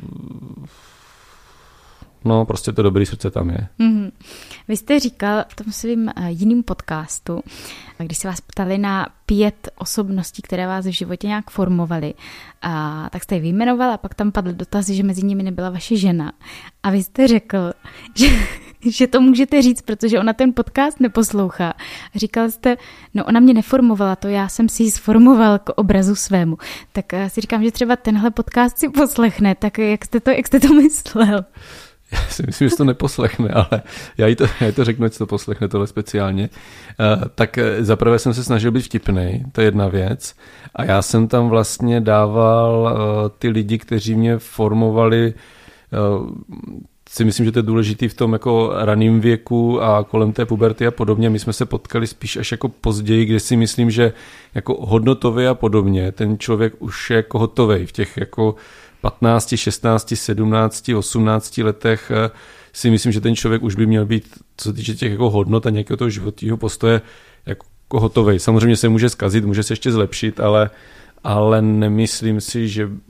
No, prostě to dobrý srdce tam je. Mm-hmm. Vy jste říkal v tom svým jiným podcastu, když se vás ptali na 5 osobností, které vás v životě nějak formovaly, tak jste je vyjmenoval a pak tam padl dotaz, že mezi nimi nebyla vaše žena. A vy jste řekl, že to můžete říct, protože ona ten podcast neposlouchá. Říkal jste, no ona mě neformovala, to já jsem si ji sformoval k obrazu svému. Tak si říkám, že třeba tenhle podcast si poslechne, tak jak jste to myslel? Já si myslím, že to neposlechne, ale já jí to řeknu, ať to poslechne tohle speciálně. Tak zaprvé jsem se snažil být vtipnej, to je jedna věc. A já jsem tam vlastně dával ty lidi, kteří mě formovali, si myslím, že to je důležitý v tom jako raným věku a kolem té puberty a podobně. My jsme se potkali spíš až jako později, kde si myslím, že jako hodnotově a podobně ten člověk už je jako hotovej v těch jako 15, 16, 17, 18 letech si myslím, že ten člověk už by měl být, co se týče těch jako hodnot a nějakého toho životního postoje, jako jako hotovej. Samozřejmě se může zkazit, může se ještě zlepšit, ale nemyslím si,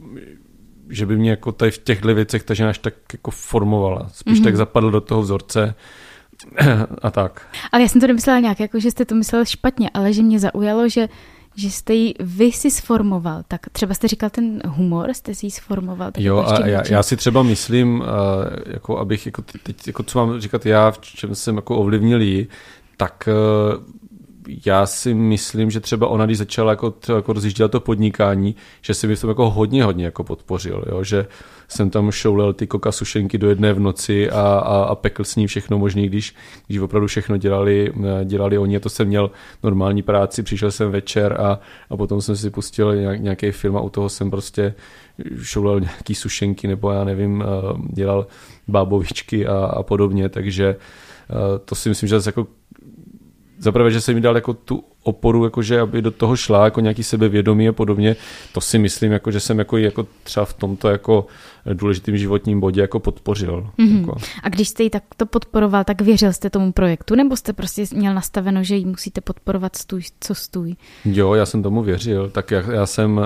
že by mě jako tady v těchto věcech ta žena až tak jako formovala. Spíš tak zapadl do toho vzorce a tak. Ale já jsem to nemyslela nějak, jako že jste to myslel špatně, ale že mě zaujalo, že jste ji vy si sformoval. Tak třeba jste říkal ten humor, jste si ji sformoval. Tak jo, jako a já si třeba myslím, jako abych jako teď, jako co mám říkat já, v čem jsem jako ovlivnil jí, tak já si myslím, že třeba ona, když začala jako rozjíždělat to podnikání, že si mi v tom jako hodně jako podpořil, jo? Že jsem tam šoulel ty koka sušenky do jedné v noci a pekl s ní všechno možný, když opravdu všechno dělali oni, a to jsem měl normální práci, přišel jsem večer a potom jsem si pustil nějaký film a u toho jsem prostě šoulel nějaký sušenky nebo já nevím, dělal bábovičky a podobně, takže to si myslím, že zase jako zaprvé, že jsem mi dal jako tu oporu, jakože aby do toho šla jako nějaký sebevědomí a podobně, to si myslím, jako, že jsem jako třeba v tomto jako důležitým životním bodě jako podpořil. Jako. A když jste ji takto podporoval, tak věřil jste tomu projektu, nebo jste prostě měl nastaveno, že ji musíte podporovat stůj, co stůj? Jo, já jsem tomu věřil, tak já jsem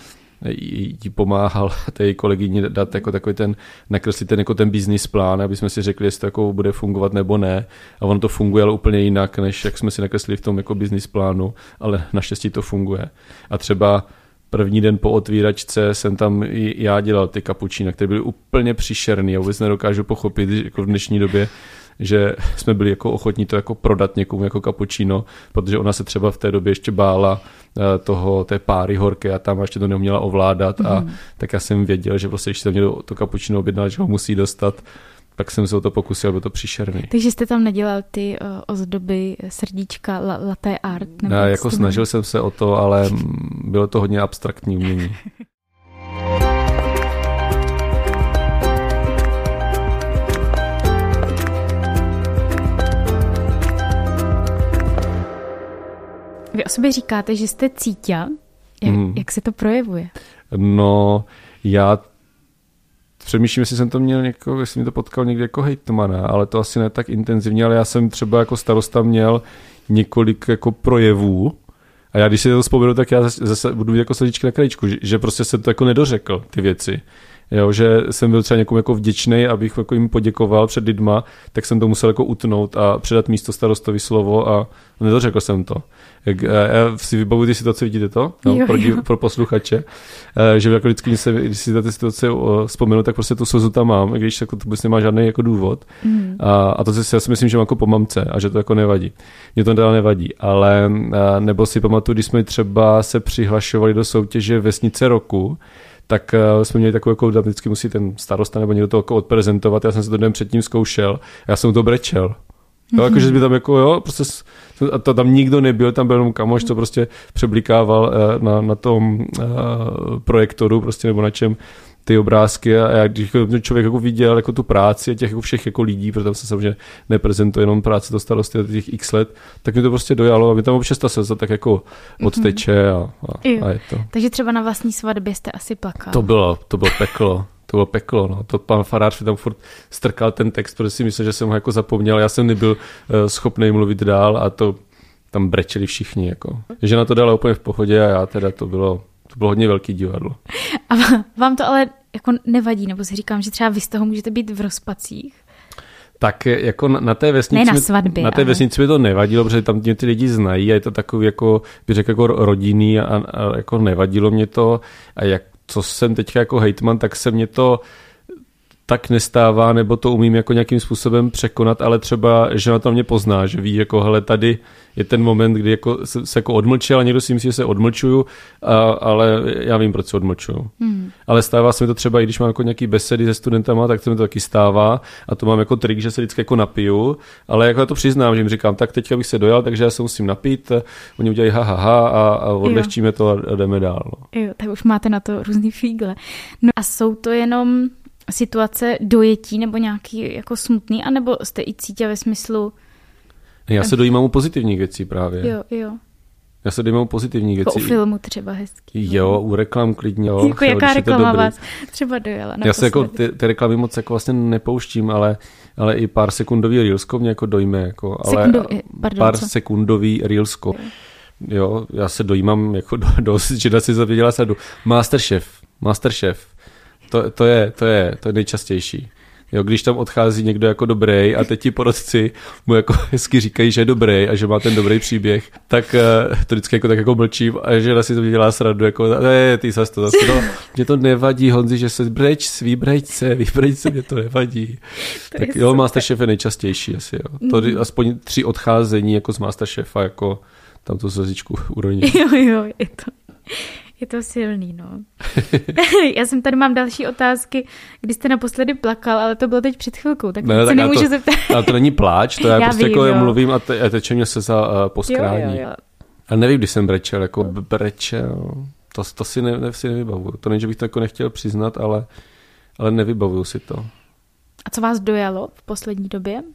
jí pomáhal té kolegyni dát jako takový nakreslit jako ten business plán, aby jsme si řekli, jestli to jako bude fungovat nebo ne. A ono to funguje, ale úplně jinak, než jak jsme si nakreslili v tom jako business plánu, ale naštěstí to funguje. A třeba první den po otvíračce jsem tam i já dělal ty kapučína, které byly úplně příšerný. Já vůbec nedokážu pochopit jako v dnešní době, že jsme byli jako ochotní to jako prodat někomu jako cappuccino, protože ona se třeba v té době ještě bála té páry horké a tam ještě to neuměla ovládat a tak já jsem věděl, že prostě, když se mě to cappuccino objednal, že ho musí dostat, tak jsem se o to pokusil, bylo to příšerný. Takže jste tam nedělal ty ozdoby, srdíčka, latte art? Ne, jako snažil jsem se o to, ale bylo to hodně abstraktní umění. Vy o sobě říkáte, že jste cíťa. Jak se to projevuje? No, já přemýšlím, jestli jsem to měl jestli mi to potkal někdy jako hejtmana, ale to asi ne tak intenzivně, ale já jsem třeba jako starosta měl několik jako projevů a já když si to vzpomenu, tak já zase budu jako srdíčky na krajičku, že prostě jsem to jako nedořekl, ty věci. Jo, že jsem byl třeba někomu jako vděčnej, abych jako jim poděkoval před lidma, tak jsem to musel jako utnout a předat místo starostovi slovo a nedořekl jsem to. Já si vybavuji ty situace, vidíte to? No, pro posluchače. Že jako vždycky, když si ty situace vzpomenu, tak prostě tu slzu tam mám, když jako to vůbec nemá žádný jako důvod. A to já si myslím, že mám jako po mamce a že to jako nevadí. Mně to teda nevadí, ale nebo si pamatuju, když jsme třeba se přihlašovali do soutěže Vesnice roku, tak jsme měli takovou, jako vždycky musí ten starosta nebo někdo to jako odprezentovat, já jsem se to den předtím zkoušel, já jsem to brečel. Jo, jakože by tam jako, jo, prostě a to tam nikdo nebyl, tam byl jenom kamoš, co prostě přeblikával na tom projektoru, prostě nebo na čem ty obrázky a když člověk jako viděl jako tu práci těch jako všech jako lidí, protože tam se samozřejmě neprezentuje jenom práce to starosty těch x let, tak mi to prostě dojalo a mi tam občas ta slza tak jako odteče a je to. Takže třeba na vlastní svatbě jste asi plakal. To bylo peklo. To bylo peklo, no. To pan farář tam furt strkal ten text, protože si myslel, že jsem ho jako zapomněl. Já jsem nebyl schopný mluvit dál a to tam brečeli všichni. Jako. Žena to dala úplně v pohodě a já teda to bylo hodně velký divadlo. A vám to ale jako nevadí, nebo si říkám, že třeba vy z toho můžete být v rozpacích? Tak jako na té vesnici, ne na svatbě, vesnici mi to nevadilo, protože tam mě ty lidi znají a je to takový jako, bych řekl, jako rodinný a jako nevadilo mě to a co jsem teďka jako hejtman, tak se mě to tak nestává, nebo to umím jako nějakým způsobem překonat, ale třeba, že na to mě pozná, že ví, jako hele, tady je ten moment, kdy jako se jako odmlčel a někdo si myslí, že se odmlčuju, ale já vím, proč se odmlčuju. Ale stává se mi to třeba, i když mám jako nějaký besedy se studentama, tak se mi to taky stává a to mám jako trik, že se vždycky jako napiju, ale jako já to přiznám, že jim říkám, tak teďka bych se dojal, takže já se musím napít, oni udělají ha a odlehčíme to a jdeme dál. No. Jo, tak už máte na to různý fígle. No a jsou to jenom situace dojetí nebo nějaký jako smutný, anebo jste i cítě ve smyslu... Já se dojímám u pozitivních věcí právě. Jo. Já se dojmám pozitivní věci. Jako u filmu třeba hezký. Jo, u reklam klidně. Jo, jako jaká reklama vás třeba dojela? Já se jako ty reklamy moc jako vlastně nepouštím, ale i pár sekundový reelsko mě jako dojme. Jako, sekundový reelsko. Jo, já se dojímám jako dost, že si zavěděla sadu. Masterchef. To je nejčastější. Jo, když tam odchází někdo jako dobrý a teď ti porodci mu jako hezky říkají, že je dobrý a že má ten dobrý příběh, tak to vždycky jako tak jako mlčím a že si to dělá srandu, jako ty zase to. Mě to nevadí, Honzi, že se výbreď se, mě to nevadí. Tak jo, Masterchef je nejčastější asi, jo. To aspoň 3 odcházení jako z Masterchefa, jako tam tu zvezičku uroní. Jo, je to silný, no. Já jsem tady mám další otázky, kdy jste naposledy plakal, ale to bylo teď před chvilkou, tak ne, se nemůžu zeptat. Ale to není pláč, to já prostě vím, jako mluvím a teče mě se za poskrání. Jo. A nevím, když jsem brečel, jako brečel, to si nevybavuju. To není, že bych to jako nechtěl přiznat, ale nevybavuju si to. A co vás dojalo v poslední době?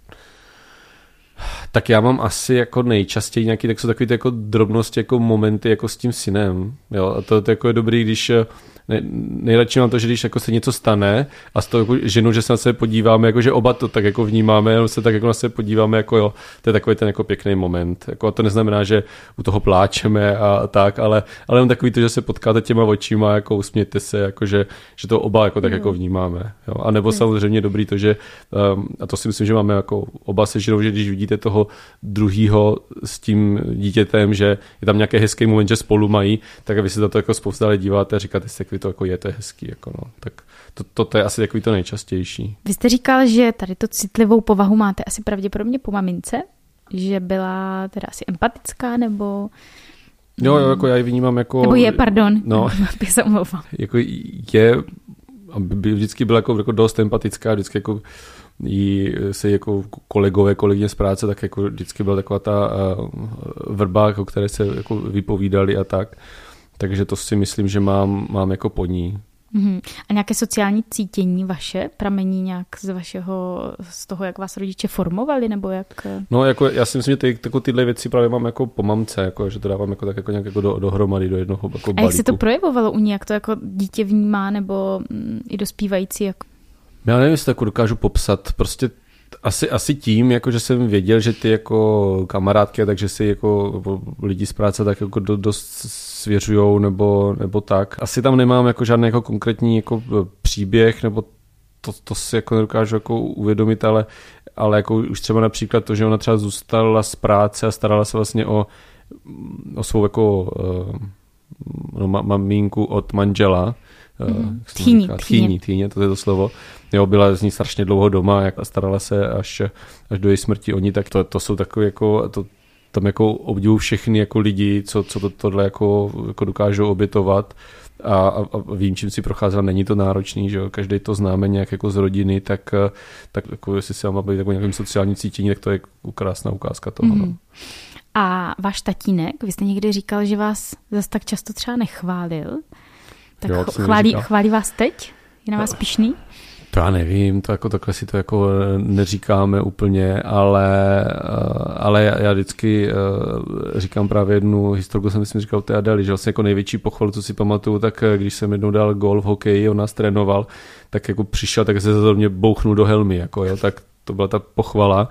Tak já mám asi jako nejčastěji nějaký, tak jsou takový jako drobnosti, jako momenty jako s tím synem. Jo? A to jako je dobrý, když nejradši mám to, že když jako se něco stane a s tou jako ženou, že se na sebe podíváme, jako že oba to tak jako vnímáme, jenom se tak jako na sebe podíváme, jako jo, to je takový ten jako pěkný moment. Jako, a to neznamená, že u toho pláčeme a tak, ale jenom takový to, že se potkáte těma očima, jako usmějte se, jako že to oba jako tak jako vnímáme. Jo? A nebo samozřejmě dobrý to, že a to si myslím, že máme jako oba se ženou, že když vidíte toho druhýho s tím dítětem, že je tam nějaký hezký moment, že spolu mají, tak vy se na to jako spoustále díváte a říkáte si, to jako je, to je hezký. Jako no. Tak to je asi takový to nejčastější. Vy jste říkal, že tady to citlivou povahu máte asi pravděpodobně po mamince, že byla teda asi empatická, nebo... Jo, jako já ji vnímám jako... Nebo je, pardon, no, bych se omlouvám. Jako je, vždycky byla jako dost empatická, vždycky jako jí se jako kolegyně z práce, tak jako vždycky byla taková ta vrba, o které se jako vypovídali a tak. Takže to si myslím, že mám jako po ní. A nějaké sociální cítění vaše pramení nějak z toho, jak vás rodiče formovali, nebo jak? No, jako já si myslím, že tyhle věci právě mám jako po mamce, jako, že to dávám jako, tak jako nějak jako dohromady, do jednoho jako balíku. A jak se to projevovalo u ní, jak to jako dítě vnímá, nebo i dospívající? Jako... Já nevím, jestli to jako dokážu popsat, prostě asi tím, jako že jsem věděl, že ty jako kamarádky, takže si jako lidi z práce tak jako dost svěřujou nebo tak. Asi tam nemám jako žádný jako konkrétní jako příběh, nebo to si jako nedokážu jako uvědomit, ale jako už třeba například to, že ona třeba zůstala z práce a starala se vlastně o svou jako maminku od manžela. Tchýni, to je to slovo. Jo, byla z ní strašně dlouho doma a starala se až do její smrti o ní, tak to jsou takové jako, tam jako obdivuju všechny jako lidi, co tohle jako dokážou obětovat a vím, čím si procházela, není to náročný, že jo, každý to známe nějak jako z rodiny, tak jako jestli si má být jako nějakým sociálním cítění, tak to je krásná ukázka toho. No. A váš tatínek, vy jste někdy říkal, že vás zase tak často třeba nechválil, tak jo, chválí vás teď? Je na vás pyšný? To já nevím, to jako takhle si to jako neříkáme úplně, ale já vždycky říkám právě jednu historku, jsem myslím říkal té Adély, že vlastně jako největší pochvalu, co si pamatuju, tak když jsem jednou dal gól v hokeji, on nás trénoval, tak jako přišel, tak se za mě bouchnul do helmy, jako jo, tak to byla ta pochvala,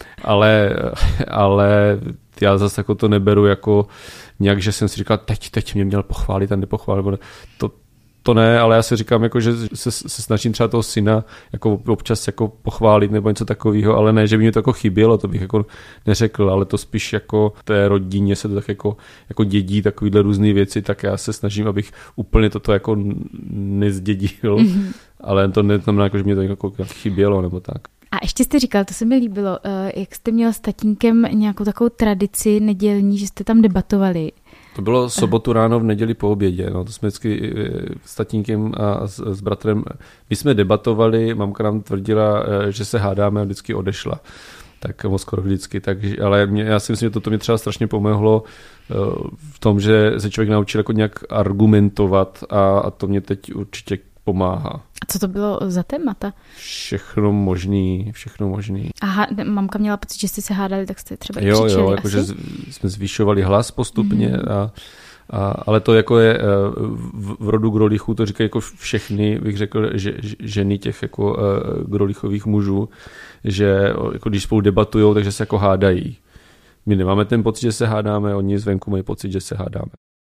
ale já zase jako to neberu jako nějak, že jsem si říkal, teď mě měl pochválit a nepochválit, to ne, ale já si říkám, jako, že se snažím třeba toho syna jako občas jako pochválit nebo něco takového, ale ne, že by mi to jako chybělo, to bych jako neřekl, ale to spíš jako té rodině se to tak jako dědí takovýhle různé věci, tak já se snažím, abych úplně toto jako nezdědil, ale to neznamená, jako, že mě to jako chybělo nebo tak. A ještě jste říkal, to se mi líbilo, jak jste měl s tatínkem nějakou takovou tradici nedělní, že jste tam debatovali. To bylo sobotu ráno, v neděli po obědě. No, to jsme vždycky s tatínkem a s bratrem. My jsme debatovali, mamka nám tvrdila, že se hádáme a vždycky odešla. Tak skoro vždycky. Ale já si myslím, že to mě třeba strašně pomohlo v tom, že se člověk naučil jako nějak argumentovat a to mě teď určitě pomáhá. A co to bylo za témata? Všechno možný. Aha, mamka měla pocit, že jste se hádali, tak jste třeba křičeli. Jo, jakože jsme zvyšovali hlas postupně ale to jako je v rodu Grolichů, to říkají jako všechny, bych řekl, že ženy těch jako Grolichových mužů, že jako když spolu debatujou, takže se jako hádají. My nemáme ten pocit, že se hádáme, oni zvenku mají pocit, že se hádáme.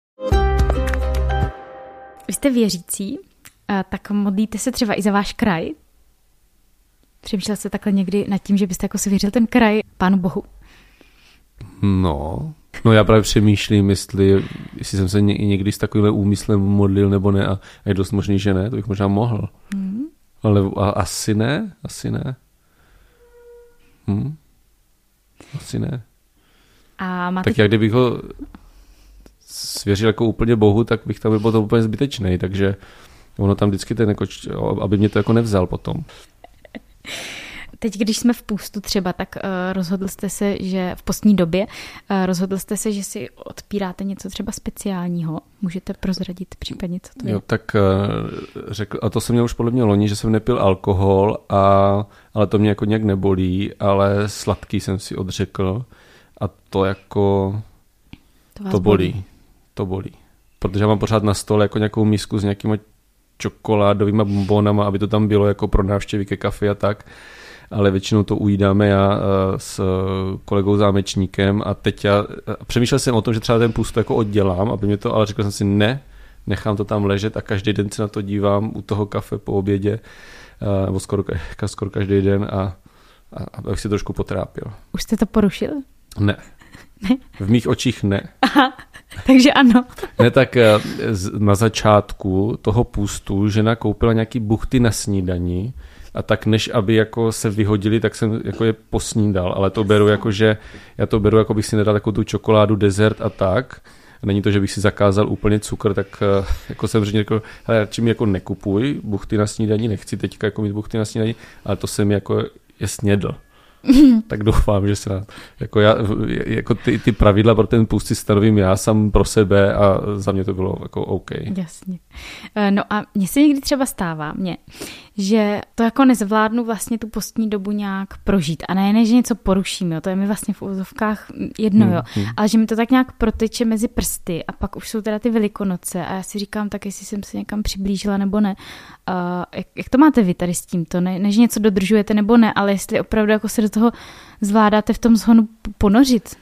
Vy jste věřící, tak modlíte se třeba i za váš kraj? Přemýšlel jste takhle někdy nad tím, že byste jako svěřil ten kraj Pánu Bohu? No já právě přemýšlím, jestli jsem se někdy s takovým úmyslem modlil nebo ne a je dost možný, že ne, to bych možná mohl. Ale asi ne. Asi ne. Tak jak kdybych ho svěřil jako úplně Bohu, tak bych tam byl to úplně zbytečný, takže ono tam vždycky ten, jako, aby mě to jako nevzal potom. Teď, když jsme v půstu třeba, tak rozhodl jste se, že v postní době rozhodl jste se, že si odpíráte něco třeba speciálního. Můžete prozradit případně, co to je? Jo, tak řekl, a to jsem měl už podle mě loni, že jsem nepil alkohol, ale to mě jako nějak nebolí, ale sladký jsem si odřekl a to jako to bolí. To bolí. Protože já mám pořád na stole jako nějakou misku s nějakýma čokoládovýma bonbonama, aby to tam bylo jako pro návštěvy ke kafe a tak. Ale většinou to ujídáme já s kolegou Zámečníkem a teď já přemýšlel jsem o tom, že třeba ten půst jako oddělám, aby mě to, ale řekl jsem si ne, nechám to tam ležet a každý den se na to dívám u toho kafe po obědě, nebo skoro každý den a abych si trošku potrápil. Už jste to porušil? Ne. V mých očích ne. Aha, takže ano. Ne, tak na začátku toho půstu žena koupila nějaký buchty na snídani a tak než aby jako se vyhodili, tak jsem jako je posnídal, ale to beru jako, že já to beru jako bych si nedal jako tu čokoládu, dezert a tak. Není to, že bych si zakázal úplně cukr, tak jako jsem řekl, hele, radši mi jako nekupuj buchty na snídani, nechci teďka jako mít buchty na snídani, ale to jsem jako je snědl. Tak doufám, že se jako ty pravidla pro ten půst si stanovím já sám pro sebe a za mě to bylo jako OK. Jasně. No a mně se někdy třeba stává, že to jako nezvládnu vlastně tu postní dobu nějak prožít. A ne, že něco poruším, jo, to je mi vlastně v úvozovkách jedno, jo. Ale že mi to tak nějak proteče mezi prsty a pak už jsou teda ty Velikonoce a já si říkám tak, jestli jsem se někam přiblížila nebo ne. Jak to máte vy tady s tímto? Ne, že něco dodržujete nebo ne, ale jestli opravdu jako se do toho zvládáte v tom zhonu ponořit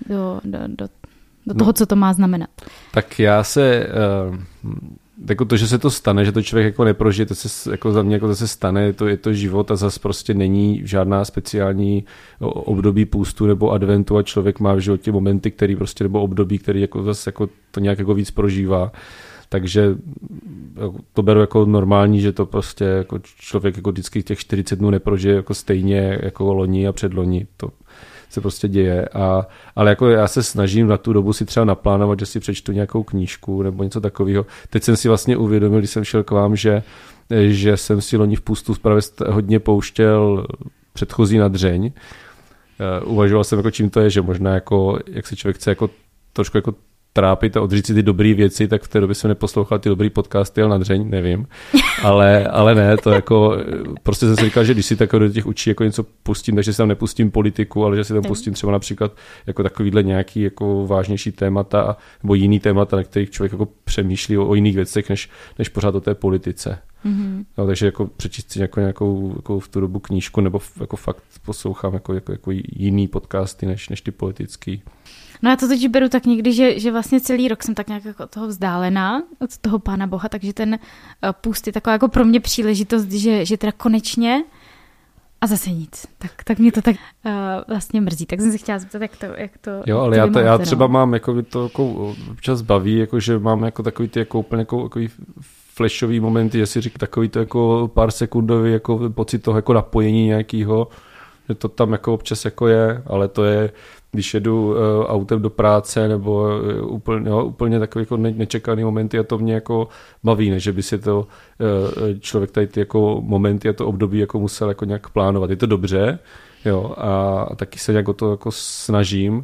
do toho, co to má znamenat. Tak já se... jako to, že se to stane, že to člověk jako neprožije, to se jako za mě jako zase stane, je to život a zase prostě není žádná speciální období půstu nebo adventu a člověk má v životě momenty, který prostě nebo období, který jako zase jako to nějak jako víc prožívá. Takže to beru jako normální, že to prostě jako člověk jako vždycky těch 40 dnů neprožije jako stejně jako loni a předloni. To se prostě děje. Ale jako já se snažím na tu dobu si třeba naplánovat, že si přečtu nějakou knížku nebo něco takového. Teď jsem si vlastně uvědomil, když jsem šel k vám, že jsem si loni v půstu právě hodně pouštěl předchozí na dřeň. Uvažoval jsem, jako čím to je, že možná jako, jak se člověk chce jako trošku jako trápit a odříct si ty dobré věci, tak v té době jsem neposlouchal ty dobrý podcasty, ale na dřeň, nevím. Ale ne, to jako, prostě jsem si říkal, že když si takové do těch učí jako něco pustím, takže si tam nepustím politiku, ale že si tam pustím třeba například jako takovýhle nějaký jako vážnější témata nebo jiný témata, na kterých člověk jako přemýšlí o jiných věcech, než pořád o té politice. Mm-hmm. No, takže jako přečíst si nějakou jako v tu dobu knížku nebo jako fakt poslouchám jako jiný podcasty než ty politický. No já to teď beru tak někdy, že vlastně celý rok jsem tak nějak jako od toho vzdálená, od toho Pána Boha, takže ten půst je taková jako pro mě příležitost, že teda konečně a zase nic. Tak mě to tak vlastně mrzí. Tak jsem se chtěla zeptat, jak to jo, ale já třeba mám, jako to jako občas baví, jako že mám jako takový ty jako úplně jako flashový momenty, že si říkám takový to jako pár sekundový jako pocit toho jako napojení nějakého, že to tam jako občas jako je, ale to je, když jedu autem do práce nebo úplně takový jako nečekaný momenty a to mě jako baví, než že by si to člověk tady ty jako momenty a to období jako musel jako nějak plánovat. Je to dobře, jo, a taky se nějak o to jako snažím,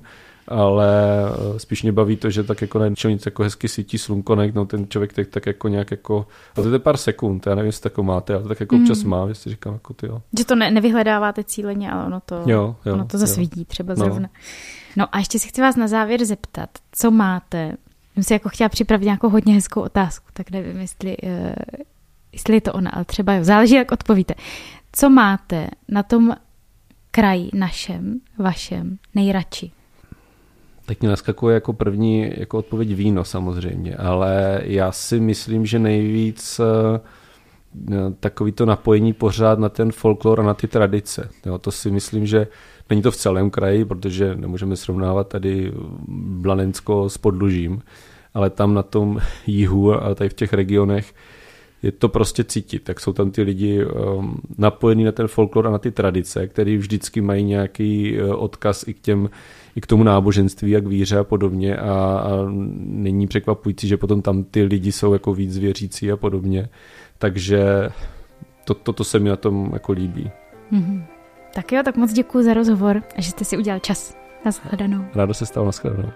ale spíš mě baví to, že tak jako na čelnici jako hezky svítí slunko, ten člověk tak jako nějak jako, a to je pár sekund, já nevím, jestli to máte, ale to tak jako občas má, jestli říkám jako ty jo. Že to nevyhledáváte cíleně, ale ono to zasvítí třeba zrovna. No a ještě si chci vás na závěr zeptat, co máte, jsem si jako chtěla připravit nějakou hodně hezkou otázku, tak nevím, jestli je to ona, ale třeba jo, záleží, jak odpovíte. Co máte na tom kraji našem, vašem nejradši? Tak mě naskakuje jako první jako odpověď víno samozřejmě, ale já si myslím, že nejvíc takový to napojení pořád na ten folklor a na ty tradice. Jo, to si myslím, že není to v celém kraji, protože nemůžeme srovnávat tady Blanensko s Podlužím, ale tam na tom jihu a tady v těch regionech je to prostě cítit, tak jsou tam ty lidi napojení na ten folklor a na ty tradice, které vždycky mají nějaký odkaz i k tomu náboženství a k víře a podobně a není překvapující, že potom tam ty lidi jsou jako víc věřící a podobně, takže to se mi na tom jako líbí. Mm-hmm. Tak jo, tak moc děkuji za rozhovor a že jste si udělal čas. Nashledanou. Rádo se stalo, nashledanou.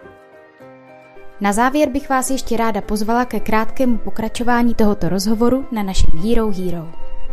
Na závěr bych vás ještě ráda pozvala ke krátkému pokračování tohoto rozhovoru na našem Hero Hero.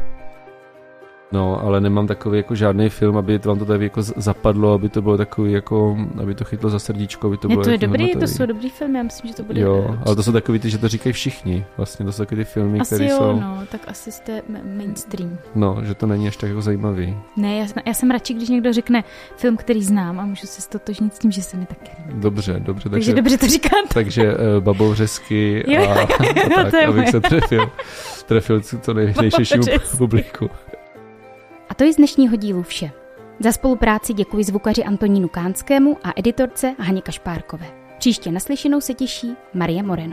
No, ale nemám takový jako žádný film, aby vám to tady jako zapadlo, aby to bylo takový jako, aby to chytlo za srdíčko, aby to bylo. To je dobrý, to jsou dobrý filmy, já myslím, že to bude. Jo, ale to jsou takový ty, že to říkají všichni. Vlastně to jsou takový ty filmy, které jsou. No, tak asi jste mainstream. No, že to není až tak jako zajímavý. Ne, já jsem radši, když někdo řekne film, který znám a můžu se ztotožnit s tím, že se mi taky líbí. Dobře. Takže dobře to říkáte. Takže babouřesky a tak, abych se trefil co nejširšímu publiku. A to je z dnešního dílu vše. Za spolupráci děkuji zvukaři Antonínu Kánskému a editorce Haně Kašpárkové. Příště naslyšenou se těší Marie Moreno.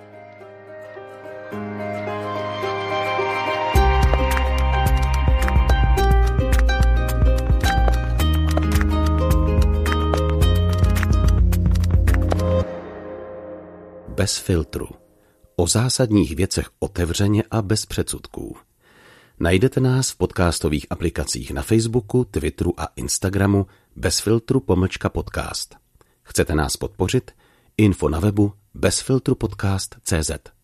Bez filtru. O zásadních věcech otevřeně a bez předsudků. Najdete nás v podcastových aplikacích na Facebooku, Twitteru a Instagramu bezfiltru_podcast. Chcete nás podpořit? Info na webu bezfiltrupodcast.cz